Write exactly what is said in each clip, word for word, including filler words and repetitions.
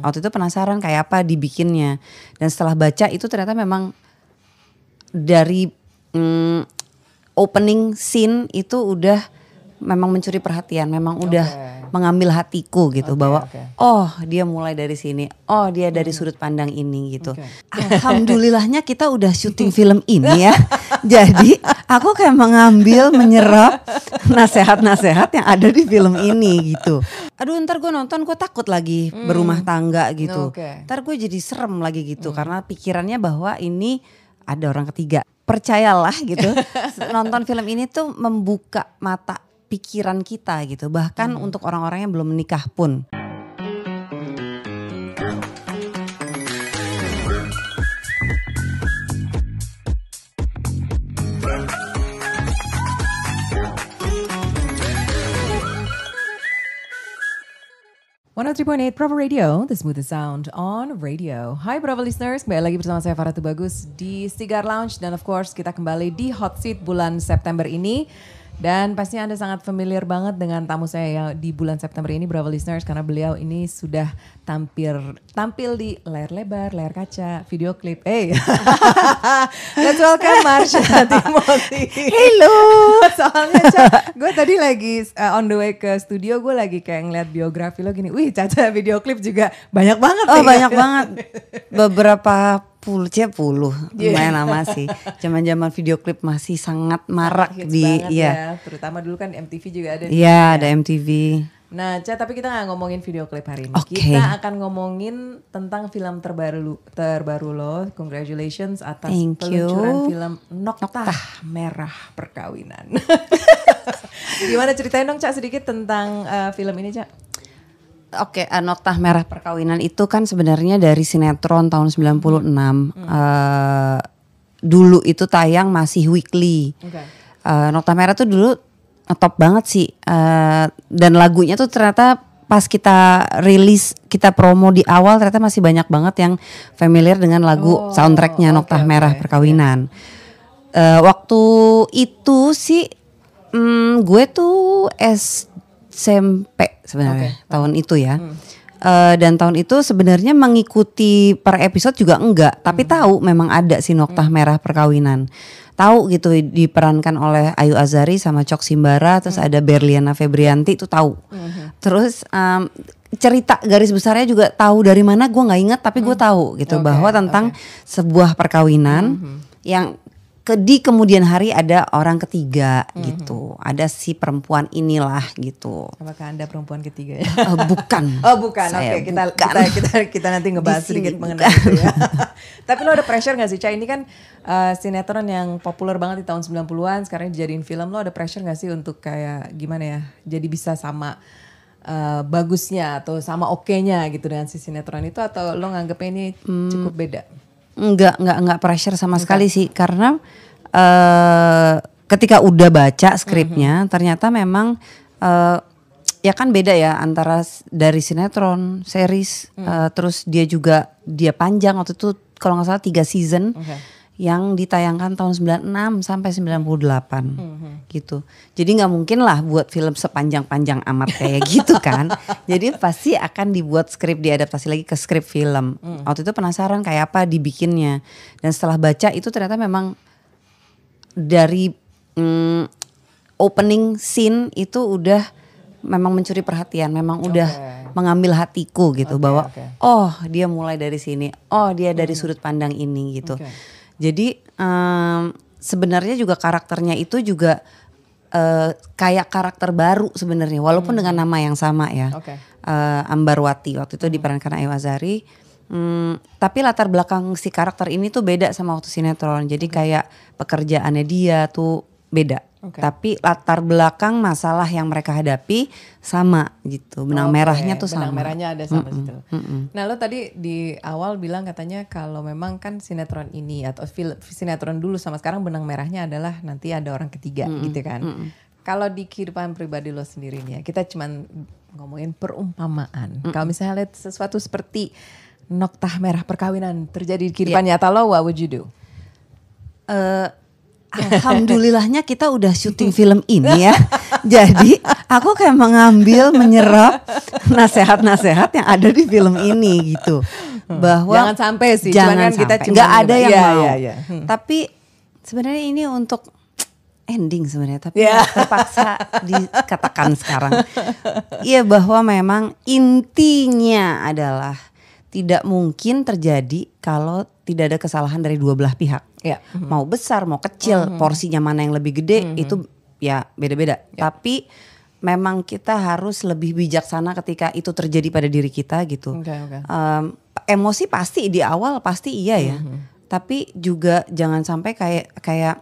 Waktu itu penasaran kayak apa dibikinnya. Dan setelah baca itu ternyata memang dari mm, opening scene itu udah memang mencuri perhatian, memang udah Okay. mengambil hatiku gitu, Okay, bahwa okay. oh dia mulai dari sini, oh dia dari sudut pandang ini gitu. Okay. Alhamdulillahnya kita udah syuting film ini ya. Jadi aku kayak mengambil, menyerap nasehat-nasehat yang ada di film ini gitu. Aduh ntar gue nonton gue takut lagi Hmm. berumah tangga gitu. Okay. Ntar gue jadi serem lagi gitu karena pikirannya bahwa ini ada orang ketiga. Percayalah gitu, nonton film ini tuh membuka mata pikiran kita gitu, bahkan untuk orang-orang yang belum menikah pun. one oh three point eight Bravo Radio, the smoothest sound on radio. Hai Bravo listeners, kembali lagi bersama saya Farah Tubagus di Cigar Lounge. Dan of course kita kembali di Hot Seat bulan September ini. Dan pastinya Anda sangat familiar banget dengan tamu saya yang di bulan September ini, Bravo listeners. Karena beliau ini sudah tampil tampil di layar lebar, layar kaca, video klip. Hey, let's welcome Marsha Timothy. Hello. Soalnya gue tadi lagi uh, on the way ke studio, gue lagi kayak ngeliat biografi lo gini. Wih, Caca video klip juga banyak banget. Oh nih. banyak banget, beberapa puluh, cia puluh, Yeah. lumayan lama sih. Zaman-zaman video klip masih sangat marak Hits di, banget ya, ya. Terutama dulu kan M T V juga ada. iya ada M T V. Nah, Ca, tapi kita nggak ngomongin video klip hari ini. Oke. Kita akan ngomongin tentang film terbaru lu- terbaru lo. Congratulations atas Thank you. peluncuran film Noktah Merah Perkawinan. Gimana ceritain dong, Ca, sedikit tentang uh, film ini, Ca? Oke, uh, Noktah Merah Perkawinan itu kan sebenarnya dari sinetron tahun sembilan puluh enam. Uh, dulu itu tayang masih weekly. Oke. Uh, Noktah Merah tuh dulu top banget sih. Uh, dan lagunya tuh ternyata pas kita rilis, kita promo di awal ternyata masih banyak banget yang familiar dengan lagu Oh, soundtracknya oke, Noktah oke. Merah Perkawinan. Uh, waktu itu sih mm, gue tuh S M P sebenarnya Oke. tahun itu ya. Eh, dan tahun itu sebenarnya mengikuti per episode juga enggak, tapi tahu memang ada si Noktah Merah Perkawinan. Tahu gitu diperankan oleh Ayu Azhari sama Cok Simbara, terus ada Berliana Febrianti itu tahu. Terus em, cerita garis besarnya juga tahu dari mana gue nggak ingat, tapi gue tahu gitu Oke, bahwa tentang oke. sebuah perkawinan yang ke di kemudian hari ada orang ketiga gitu, ada si perempuan inilah gitu. Apakah Anda perempuan ketiga ya? Eh, bukan. Oh bukan, oke Saya kita, bukan. kita kita kita nanti ngebahas Di sini sedikit bukan. mengenai itu ya. Tapi lo ada pressure gak sih, Ca? Ini kan uh, sinetron yang populer banget di tahun sembilan puluhan, sekarang dijadiin film. Lo ada pressure gak sih untuk kayak gimana ya, jadi bisa sama uh, bagusnya atau sama oke-nya gitu dengan si sinetron itu, atau lo nganggepnya ini cukup beda? Enggak, enggak, enggak pressure sama sekali sih, karena eh ketika udah baca skripnya ternyata memang eh ya kan beda ya antara s- dari sinetron, series, eh, terus dia juga dia panjang waktu itu kalau nggak salah tiga season Oke. yang ditayangkan tahun sembilan puluh enam sampai sembilan puluh delapan gitu. Jadi nggak mungkin lah buat film sepanjang-panjang amat kayak gitu kan. Jadi pasti akan dibuat skrip, diadaptasi lagi ke skrip film. Waktu itu penasaran kayak apa dibikinnya. Dan setelah baca itu ternyata memang dari mm, opening scene itu udah memang mencuri perhatian, memang udah Oke. mengambil hatiku gitu, Oke, bahwa oke. oh dia mulai dari sini, oh dia dari sudut pandang ini gitu. Oke. Jadi em, sebenarnya juga karakternya itu juga eh, kayak karakter baru sebenarnya, walaupun dengan nama yang sama ya. Oke. Eh, Ambarwati waktu itu diperankan Ayu Azhari. Hmm, tapi latar belakang si karakter ini tuh beda sama waktu sinetron. Jadi kayak pekerjaannya dia tuh beda. Oke. Tapi latar belakang masalah yang mereka hadapi sama gitu. Benang Oke, merahnya tuh benang sama. merahnya ada sama Mm-mm, situ. mm-mm. Nah lo tadi di awal bilang katanya kalau memang kan sinetron ini atau film sinetron dulu sama sekarang benang merahnya adalah nanti ada orang ketiga gitu kan. Kalau di kehidupan pribadi lo sendiri nih ya, kita cuman ngomongin perumpamaan. Kalau misalnya lihat sesuatu seperti Noktah Merah Perkawinan terjadi di kehidupan nyata lo, what would you do? Eh, alhamdulillahnya kita udah syuting film ini ya. Jadi aku kayak mengambil, menyerap nasehat-nasehat yang ada di film ini gitu. Bahwa jangan sampai sih, jangan kan kita sampai. cuma Nggak ada yang ya, mau. ya, ya. Hmm. Tapi sebenarnya ini untuk ending sebenarnya, tapi yeah. terpaksa dikatakan sekarang. Iya, bahwa memang intinya adalah tidak mungkin terjadi kalau tidak ada kesalahan dari dua belah pihak. Yeah. Mm-hmm. Mau besar, mau kecil, mm-hmm. porsinya mana yang lebih gede, mm-hmm. itu ya beda-beda. Yeah. Tapi memang kita harus lebih bijaksana ketika itu terjadi pada diri kita gitu. Okay, okay. Um, emosi pasti di awal pasti iya ya. Mm-hmm. Tapi juga jangan sampai kayak kayak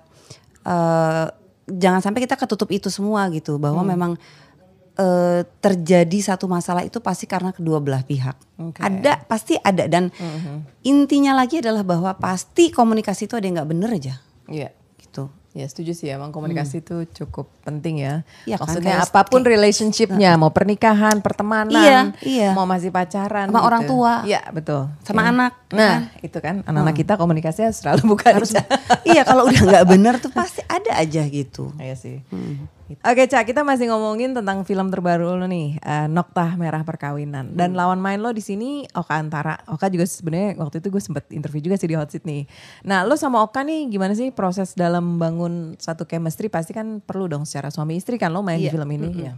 uh, jangan sampai kita ketutup itu semua gitu, bahwa hmm. memang uh, terjadi satu masalah itu pasti karena kedua belah pihak. Okay. Ada, pasti ada, dan hmm. intinya lagi adalah bahwa pasti komunikasi itu ada yang nggak bener aja. Iya. Gitu. Ya setuju sih, emang komunikasi itu hmm. cukup penting ya. Ya kan, maksudnya apapun kayak, relationshipnya, mau pernikahan, pertemanan, iya, iya. mau masih pacaran, sama gitu. Orang tua, iya betul, sama ya. Anak. Nah kan? Itu kan anak-anak hmm. kita komunikasinya selalu bukan. Harus, iya kalau udah nggak bener tuh pasti ada aja gitu. Iya sih. Hmm. Oke Ca, kita masih ngomongin tentang film terbaru lo nih, uh, Noktah Merah Perkawinan. Dan hmm. lawan main lo di sini Oka Antara. Oka juga sebenarnya waktu itu gue sempet interview juga sih di Hot Seat nih. Nah lo sama Oka nih gimana sih proses dalam bangun satu chemistry? Pasti kan perlu dong secara suami istri kan lo main yeah. di film ini. Mm-hmm. Ya.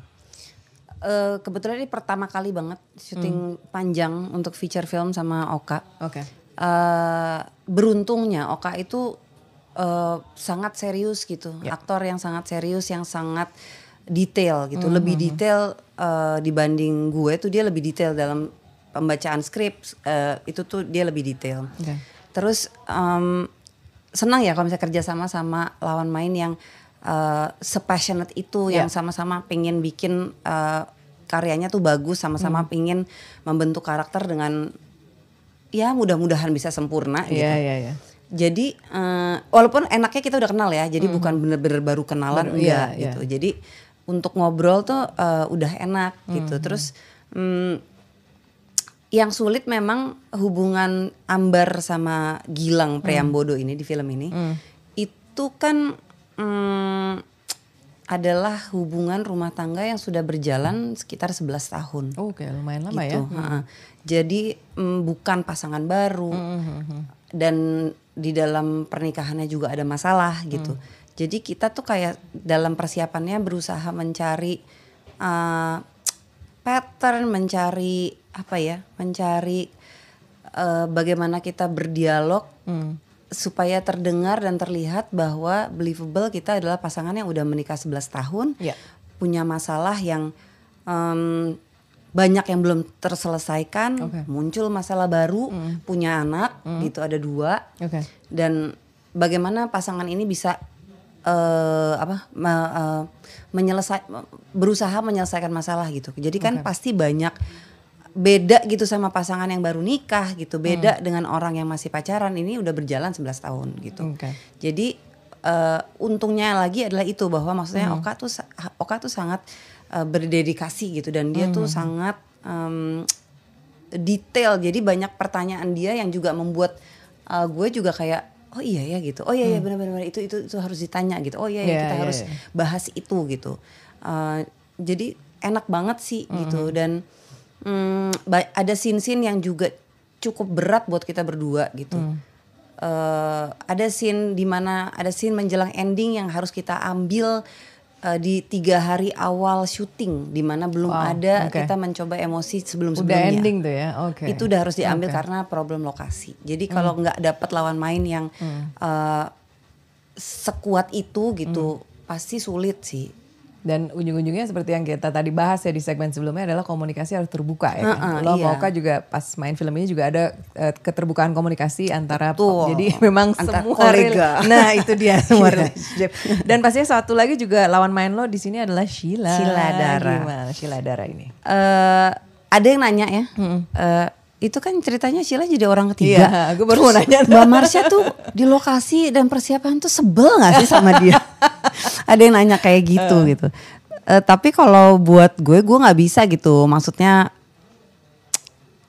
Uh, kebetulan ini pertama kali banget syuting hmm. panjang untuk feature film sama Oka. Oke. Okay. Uh, beruntungnya Oka itu Uh, sangat serius gitu, yeah. aktor yang sangat serius, yang sangat detail gitu, mm-hmm. lebih detail uh, dibanding gue tuh, dia lebih detail dalam pembacaan skrip, uh, itu tuh dia lebih detail. Okay. Terus um, senang ya kalau misalnya kerja sama sama lawan main yang uh, sepassionate itu, yeah. yang sama-sama pengen bikin uh, karyanya tuh bagus, sama-sama mm. pengen membentuk karakter dengan ya mudah-mudahan bisa sempurna gitu. Yeah, yeah, yeah. Jadi uh, walaupun enaknya kita udah kenal ya, jadi mm-hmm. bukan bener-bener baru kenalan, Ber- enggak iya, gitu. Iya. Jadi untuk ngobrol tuh uh, udah enak mm-hmm. gitu. Terus um, yang sulit memang hubungan Ambar sama Gilang Priambodo mm. ini di film ini. Mm. Itu kan um, adalah hubungan rumah tangga yang sudah berjalan sekitar sebelas tahun. Oh, oke, lumayan lama gitu. ya. Mm. Jadi um, bukan pasangan baru. Mm-hmm. Dan di dalam pernikahannya juga ada masalah gitu. Hmm. Jadi kita tuh kayak dalam persiapannya berusaha mencari uh, pattern, mencari apa ya, mencari uh, bagaimana kita berdialog hmm. supaya terdengar dan terlihat bahwa believable kita adalah pasangan yang udah menikah sebelas tahun, yeah. punya masalah yang um, banyak yang belum terselesaikan, okay. muncul masalah baru, mm. punya anak, mm. gitu ada dua, okay. dan bagaimana pasangan ini bisa uh, apa me, uh, menyelesai, berusaha menyelesaikan masalah gitu. Jadi kan okay. pasti banyak beda gitu sama pasangan yang baru nikah gitu, beda mm. dengan orang yang masih pacaran, ini udah berjalan sebelas tahun gitu. Okay. Jadi uh, untungnya lagi adalah itu, bahwa maksudnya mm. Oka tuh Oka tuh sangat Uh, berdedikasi gitu, dan dia mm-hmm. tuh sangat um, detail. Jadi banyak pertanyaan dia yang juga membuat uh, gue juga kayak oh iya ya gitu, oh iya ya mm. benar-benar itu itu itu harus ditanya gitu, oh iya ya yeah, kita yeah, harus yeah. bahas itu gitu. Uh, jadi enak banget sih mm-hmm. gitu, dan um, ada scene-scene yang juga cukup berat buat kita berdua gitu. Mm. Uh, ada scene dimana ada scene menjelang ending yang harus kita ambil Uh, di tiga hari awal syuting, di mana belum wow, ada okay. kita mencoba emosi sebelum-sebelumnya. Udah ending tuh ya, oke. Okay. Itu udah harus diambil okay. karena problem lokasi. Jadi mm. kalau nggak dapat lawan main yang mm. uh, sekuat itu gitu, mm. pasti sulit sih. Dan ujung-ujungnya seperti yang kita tadi bahas ya di segmen sebelumnya adalah komunikasi harus terbuka ya kan. Uh-uh, Lo iya. Oka juga pas main film ini juga ada uh, keterbukaan komunikasi antara Betul. Jadi memang Antar semua kolega. Rel- nah itu dia semua relationship. Dan pastinya satu lagi juga lawan main lo di sini adalah Sheila. Sheila Dara. Gimana Sheila Dara ini? Uh, ada yang nanya ya. Hmm. Uh, itu kan ceritanya Sheila jadi orang ketiga. Iya, gue baru mau nanya. Mbak Marsha tuh di lokasi dan persiapan tuh sebel gak sih sama dia? Ada yang nanya kayak gitu uh. gitu. Uh, tapi kalau buat gue, gue nggak bisa gitu. Maksudnya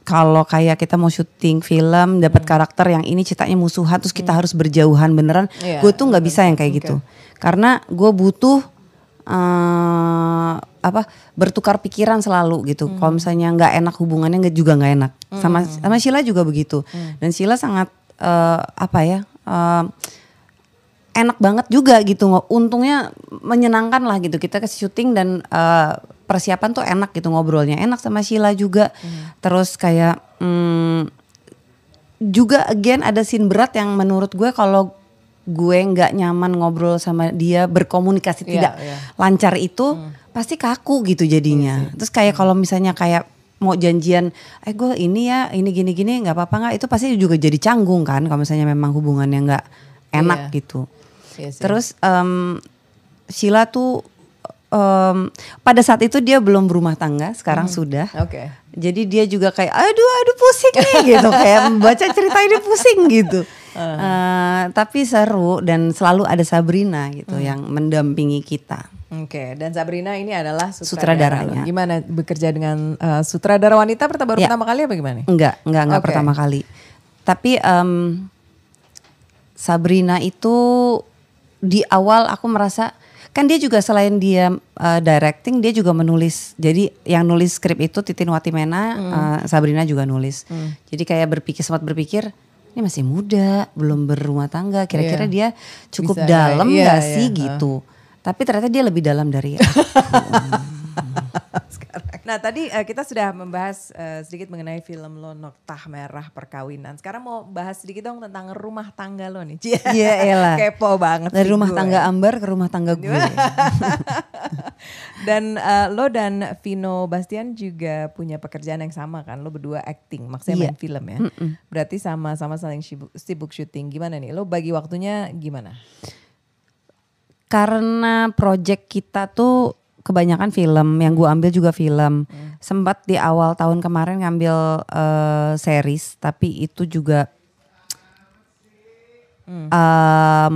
kalau kayak kita mau syuting film dapat hmm. karakter yang ini ceritanya musuhan terus kita hmm. harus berjauhan beneran, yeah, gue tuh nggak bisa yang kayak okay. gitu. Karena gue butuh uh, apa bertukar pikiran selalu gitu. Hmm. Kalau misalnya nggak enak hubungannya nggak juga nggak enak. Hmm. Sama sama Sheila juga begitu. Hmm. Dan Sheila sangat uh, apa ya? Uh, enak banget juga gitu. Untungnya menyenangkan lah gitu. Kita ke syuting dan uh, persiapan tuh enak gitu, ngobrolnya enak sama Sheila juga. Hmm. Terus kayak hmm, juga again ada scene berat yang menurut gue kalau gue nggak nyaman ngobrol sama dia, berkomunikasi yeah, tidak yeah. lancar itu hmm. pasti kaku gitu jadinya. Hmm. Terus kayak hmm. kalau misalnya kayak mau janjian, eh gue ini ya ini gini-gini nggak apa-apa nggak, itu pasti juga jadi canggung kan kalau misalnya memang hubungannya nggak enak yeah. gitu. Yes, Terus um, Sheila tuh um, pada saat itu dia belum berumah tangga, sekarang hmm. sudah. Oke. Okay. Jadi dia juga kayak aduh aduh pusing nih gitu, kayak membaca cerita ini pusing gitu. Uh. Uh, tapi seru dan selalu ada Sabrina gitu hmm. yang mendampingi kita. Oke, okay. Dan Sabrina ini adalah sutradaranya. Gimana bekerja dengan uh, sutradara wanita pertama baru ya. pertama kali apa gimana? Enggak, enggak enggak okay. pertama kali. Tapi um, Sabrina itu di awal aku merasa kan dia juga selain dia uh, directing dia juga menulis. Jadi yang nulis skrip itu Titin Watimena, hmm. uh, Sabrina juga nulis. Hmm. Jadi kayak berpikir sempat berpikir ini masih muda, belum berumah tangga. Kira-kira yeah. dia cukup Bisa, dalam yeah, nggak yeah, sih yeah. gitu. Uh. Tapi ternyata dia lebih dalam dari aku. Nah tadi uh, kita sudah membahas uh, sedikit mengenai film lo Noktah Merah Perkawinan. Sekarang mau bahas sedikit dong tentang rumah tangga lo nih. Iya yeah, elah. Kepo banget. Dari rumah gue. tangga Ambar ke rumah tangga gue. Dan uh, lo dan Vino Bastian juga punya pekerjaan yang sama kan. Lo berdua acting, maksudnya yeah. main film ya. Mm-mm. Berarti sama-sama saling sibuk, sibuk syuting. Gimana nih? Lo bagi waktunya gimana? Karena project kita tuh kebanyakan film, yang gue ambil juga film. Hmm. Sempat di awal tahun kemarin ngambil uh, series, tapi itu juga hmm. um,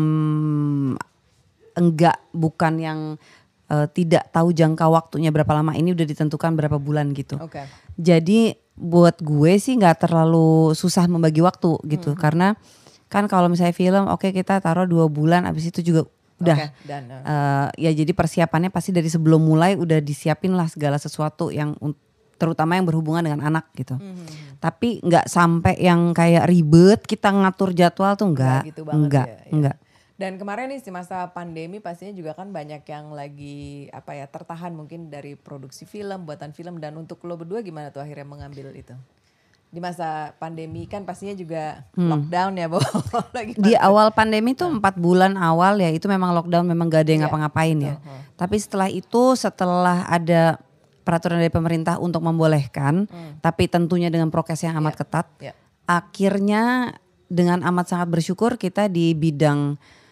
enggak, bukan yang uh, tidak tahu jangka waktunya berapa lama. Ini udah ditentukan berapa bulan gitu. Okay. Jadi buat gue sih nggak terlalu susah membagi waktu gitu, hmm. karena kan kalau misalnya film, oke okay, kita taruh dua bulan, abis itu juga udah, okay, dan, uh. Uh, ya jadi persiapannya pasti dari sebelum mulai udah disiapin lah segala sesuatu yang terutama yang berhubungan dengan anak gitu. Mm-hmm. Tapi nggak sampai yang kayak ribet kita ngatur jadwal tuh nggak, gitu enggak, ya, enggak. Ya. Dan kemarin nih di masa pandemi pastinya juga kan banyak yang lagi apa ya tertahan mungkin dari produksi film, buatan film, dan untuk lo berdua gimana tuh akhirnya mengambil itu? Di masa pandemi kan pastinya juga hmm. lockdown ya Bo. Di awal pandemi tuh empat bulan awal ya itu memang lockdown, memang gak ada yang yeah. ngapa-ngapain ya. Uh-huh. Tapi setelah itu setelah ada peraturan dari pemerintah untuk membolehkan, hmm. tapi tentunya dengan prokes yang amat yeah. ketat. Yeah. Akhirnya dengan amat sangat bersyukur kita di bidang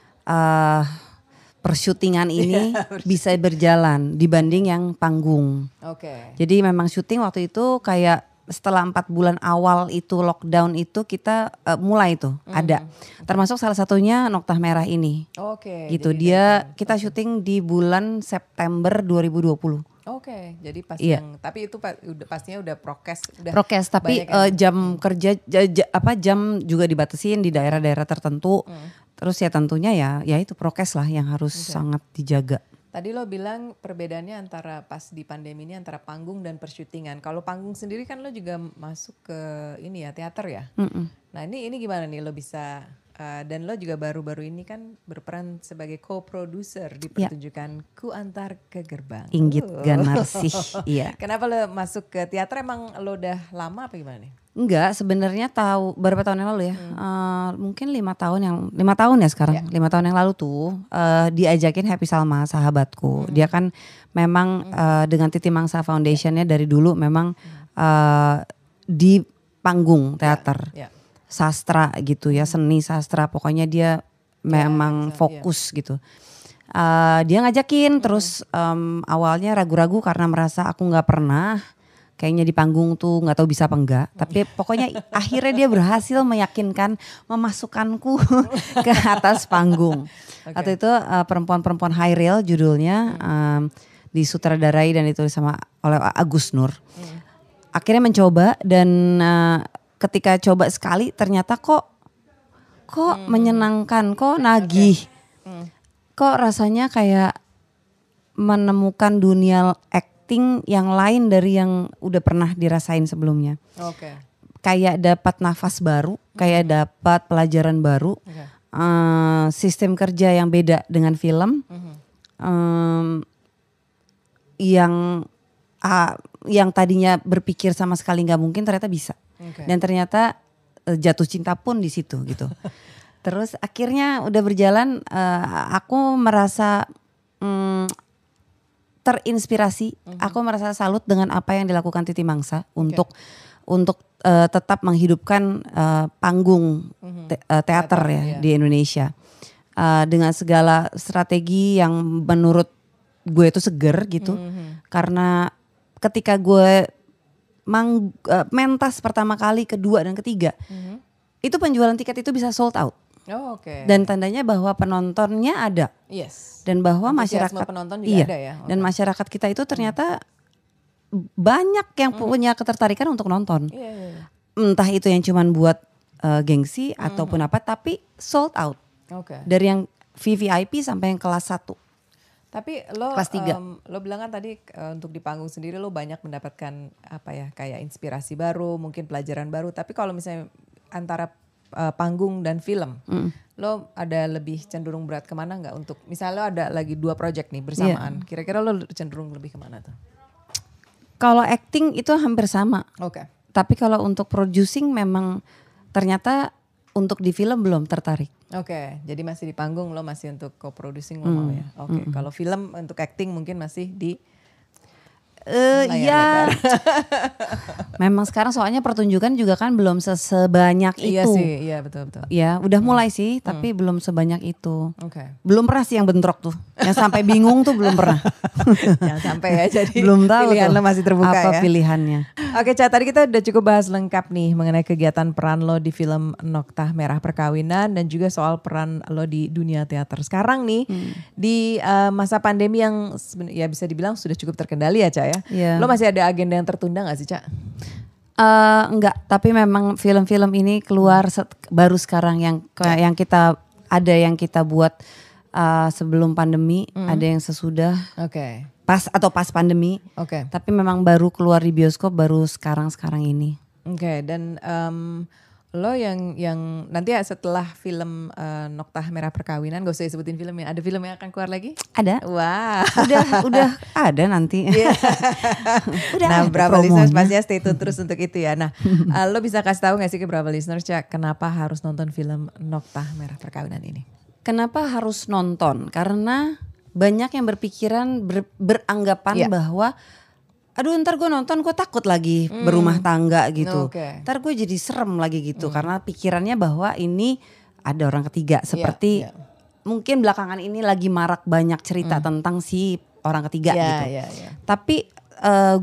uh, persyutingan ini bisa berjalan dibanding yang panggung. Oke. Okay. Jadi memang syuting waktu itu kayak setelah empat bulan awal itu lockdown itu kita uh, mulai tuh mm-hmm. ada, termasuk salah satunya Noktah Merah ini. Oke. Okay, gitu dia kita okay. syuting di bulan September dua ribu dua puluh. Oke, okay, jadi pas yeah. yang tapi itu pa, udah pastinya udah prokes, udah prokes tapi uh, jam kerja j, j, apa jam juga dibatasin di daerah-daerah tertentu. Mm. Terus ya tentunya ya ya itu prokes lah yang harus okay. sangat dijaga. Tadi lo bilang perbedaannya antara pas di pandemi ini antara panggung dan persyutingan. Kalau panggung sendiri kan lo juga masuk ke ini ya teater ya. Mm-mm. Nah ini ini gimana nih lo bisa uh, dan lo juga baru-baru ini kan berperan sebagai co-producer di pertunjukan ya. Ku Antar ke Gerbang. Inggit oh. Ganarsih. Iya. Kenapa lo masuk ke teater? Emang lo udah lama apa gimana nih? Enggak, sebenarnya tahu beberapa tahun yang lalu ya, hmm. uh, mungkin lima tahun yang lima tahun ya sekarang, yeah. lima tahun yang lalu tuh uh, diajakin Happy Salma sahabatku, hmm. dia kan memang hmm. uh, dengan Titi Mangsa Foundationnya dari dulu memang uh, di panggung teater, yeah. Yeah. sastra gitu ya, seni sastra, pokoknya dia memang yeah, fokus yeah. gitu. Uh, dia ngajakin, hmm. terus um, awalnya ragu-ragu karena merasa aku nggak pernah. Kayaknya di panggung tuh nggak tahu bisa apa enggak, tapi pokoknya akhirnya dia berhasil meyakinkan memasukkanku ke atas panggung. Okay. Waktu itu uh, perempuan-perempuan High Rail judulnya, um, disutradarai dan ditulis sama oleh Agus Nur. Hmm. akhirnya mencoba dan uh, ketika coba sekali ternyata kok kok hmm. menyenangkan, kok nagih, okay. hmm. kok rasanya kayak menemukan dunia acting yang lain dari yang udah pernah dirasain sebelumnya. Oke. Okay. Kayak dapat nafas baru, kayak dapat pelajaran baru, okay. uh, sistem kerja yang beda dengan film, mm-hmm. um, yang uh, yang tadinya berpikir sama sekali nggak mungkin ternyata bisa, okay. dan ternyata uh, jatuh cinta pun di situ gitu. Terus akhirnya udah berjalan, uh, aku merasa um, terinspirasi, mm-hmm. aku merasa salut dengan apa yang dilakukan Titi Mangsa okay. untuk untuk uh, tetap menghidupkan uh, panggung te- uh, teater, teater ya iya. di Indonesia uh, dengan segala strategi yang menurut gue itu seger gitu, mm-hmm. karena ketika gue mang, uh, mentas pertama kali, kedua dan ketiga, mm-hmm. itu penjualan tiket itu bisa sold out. Oh, oke. Okay. Dan tandanya bahwa penontonnya ada. Yes. Dan bahwa antusiasme masyarakat penonton juga iya, ada ya. Okay. Dan masyarakat kita itu ternyata hmm. banyak yang hmm. punya ketertarikan untuk nonton. Iya, iya, iya. Entah itu yang cuman buat uh, gengsi hmm. ataupun apa, tapi sold out. Oke. Okay. Dari yang V V I P sampai yang kelas satu. Tapi lo kelas tiga. Um, lo bilang kan tadi uh, untuk di panggung sendiri lo banyak mendapatkan apa ya, kayak inspirasi baru, mungkin pelajaran baru. Tapi kalau misalnya antara Uh, panggung dan film, mm. lo ada lebih cenderung berat kemana nggak untuk misalnya lo ada lagi dua project nih bersamaan, yeah. kira-kira lo cenderung lebih kemana tuh? Kalau acting itu hampir sama, oke. Okay. Tapi kalau untuk producing memang ternyata untuk di film belum tertarik. Oke, okay. Jadi masih di panggung, lo masih untuk co-producing lo mm. mau ya? Oke, okay. mm. Kalau film untuk acting mungkin masih di Uh, ya, memang sekarang soalnya pertunjukan juga kan belum sebanyak itu. Iya sih, iya betul betul. Ya, udah mulai hmm. sih, tapi hmm. belum sebanyak itu. Oke. Okay. Belum pernah sih yang bentrok tuh, yang sampai bingung tuh belum pernah. Yang sampai ya, jadi belum tahu pilihan tuh lo masih terbuka apa ya. pilihannya. Oke, Ca, tadi kita udah cukup bahas lengkap nih mengenai kegiatan peran lo di film Noktah Merah Perkawinan dan juga soal peran lo di dunia teater. Sekarang nih hmm. di uh, masa pandemi yang ya bisa dibilang sudah cukup terkendali ya, Ca ya. Yeah. Lo masih ada agenda yang tertunda gak sih, Ca? Uh, enggak, tapi memang film-film ini keluar set, baru sekarang yang yeah. yang kita ada yang kita buat uh, sebelum pandemi, mm. ada yang sesudah. Oke. Okay. Pas atau pas pandemi. Oke. Okay. Tapi memang baru keluar di bioskop baru sekarang-sekarang ini. Oke, okay, dan um, lo yang yang nanti ya setelah film uh, Noktah Merah Perkawinan, gak usah disebutin filmnya, ada film yang akan keluar lagi? Ada. Wah. Udah udah ada nanti. Yeah. Udah. Nah, berapa listeners pastinya stay tune terus untuk itu ya. Nah, uh, lo bisa kasih tahu gak sih ke berapa listeners, Cak, kenapa harus nonton film Noktah Merah Perkawinan ini? Kenapa harus nonton? Karena banyak yang berpikiran ber, beranggapan yeah. bahwa aduh ntar gue nonton gue takut lagi hmm. berumah tangga gitu. Okay. Ntar gue jadi serem lagi gitu. Hmm. Karena pikirannya bahwa ini ada orang ketiga. Seperti yeah, yeah. mungkin belakangan ini lagi marak banyak cerita hmm. tentang si orang ketiga yeah, gitu. Yeah, yeah. Tapi uh,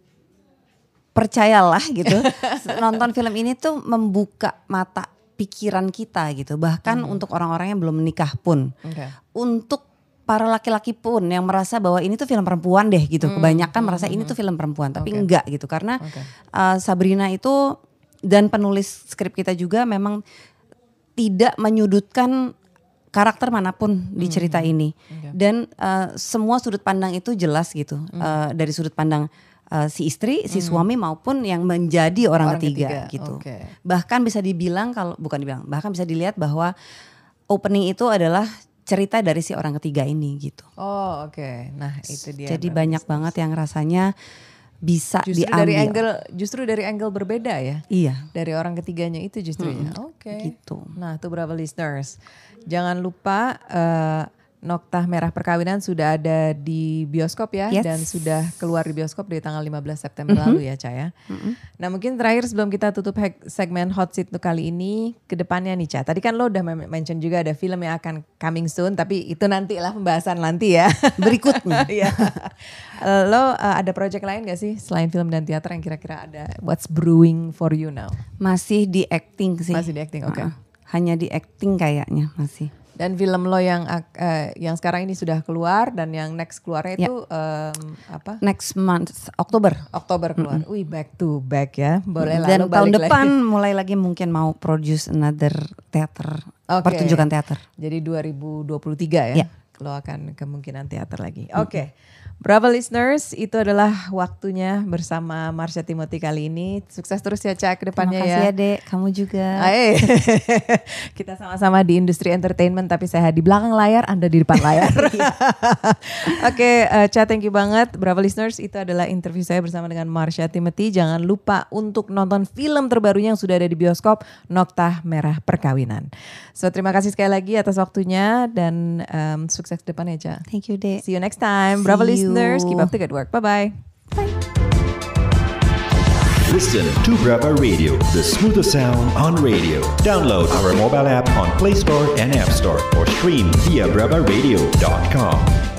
percayalah gitu. Nonton film ini tuh membuka mata pikiran kita gitu. Bahkan hmm. untuk orang-orang yang belum menikah pun. Okay. Untuk para laki-laki pun yang merasa bahwa ini tuh film perempuan deh gitu. Hmm, Kebanyakan hmm, merasa hmm, ini tuh film perempuan, tapi okay. enggak gitu. Karena okay. uh, Sabrina itu dan penulis skrip kita juga memang tidak menyudutkan karakter manapun di cerita hmm, ini. Okay. Dan uh, semua sudut pandang itu jelas gitu. Hmm. Uh, dari sudut pandang uh, si istri, si hmm. suami maupun yang menjadi orang, orang ketiga, ketiga gitu. Okay. Bahkan bisa dibilang kalau bukan dibilang, bahkan bisa dilihat bahwa opening itu adalah cerita dari si orang ketiga ini gitu. Oh oke, okay. Nah itu dia. Jadi banyak bisnis. Banget yang rasanya bisa justru diambil. Dari angle, justru dari angle berbeda ya. Iya. Dari orang ketiganya itu justru hmm, ya. Oke. Okay. Gitu. Nah tuh berapa listeners. Jangan lupa uh, Noktah Merah Perkawinan sudah ada di bioskop ya. Yes. Dan sudah keluar di bioskop di tanggal lima belas September mm-hmm. lalu ya, Ca ya. Mm-hmm. Nah mungkin terakhir sebelum kita tutup segmen Hot Seat untuk kali ini, ke depannya nih, Ca. Tadi kan lo udah mention juga ada film yang akan coming soon, tapi itu nantilah pembahasan nanti ya. Berikutnya. Ya. Lo uh, ada project lain gak sih selain film dan teater yang kira-kira ada what's brewing for you now? Masih di acting sih. Masih di acting, oke. Okay. Uh, hanya di acting kayaknya masih. Dan film lo yang uh, yang sekarang ini sudah keluar dan yang next keluarnya itu yeah. um, apa? Next month Oktober. Oktober keluar. Mm-hmm. Wih, back to back ya. Boleh lah. Dan tahun depan lagi. mulai lagi mungkin mau produce another theater, okay. pertunjukan teater. Jadi dua ribu dua puluh tiga ya. Yeah. Lo akan kemungkinan teater lagi. Oke. Okay. Bravo listeners, itu adalah waktunya bersama Marsha Timothy kali ini. Sukses terus ya Ca ke depannya ya. Terima kasih ya Dek, kamu juga. Ayo. Kita sama-sama di industri entertainment tapi saya di belakang layar, Anda di depan layar. Oke, okay, uh, Ca thank you banget. Bravo listeners, itu adalah interview saya bersama dengan Marsha Timothy. Jangan lupa untuk nonton film terbarunya yang sudah ada di bioskop, Noktah Merah Perkawinan. So terima kasih sekali lagi atas waktunya dan um, sukses ke depan ya Ca. Thank you Dek. See you next time. Bravo listeners. Keep up the good work. Bye-bye. Bye. Listen to Brava Radio, the smoothest sound on radio. Download our mobile app on Play Store and App Store or stream via brava radio dot com.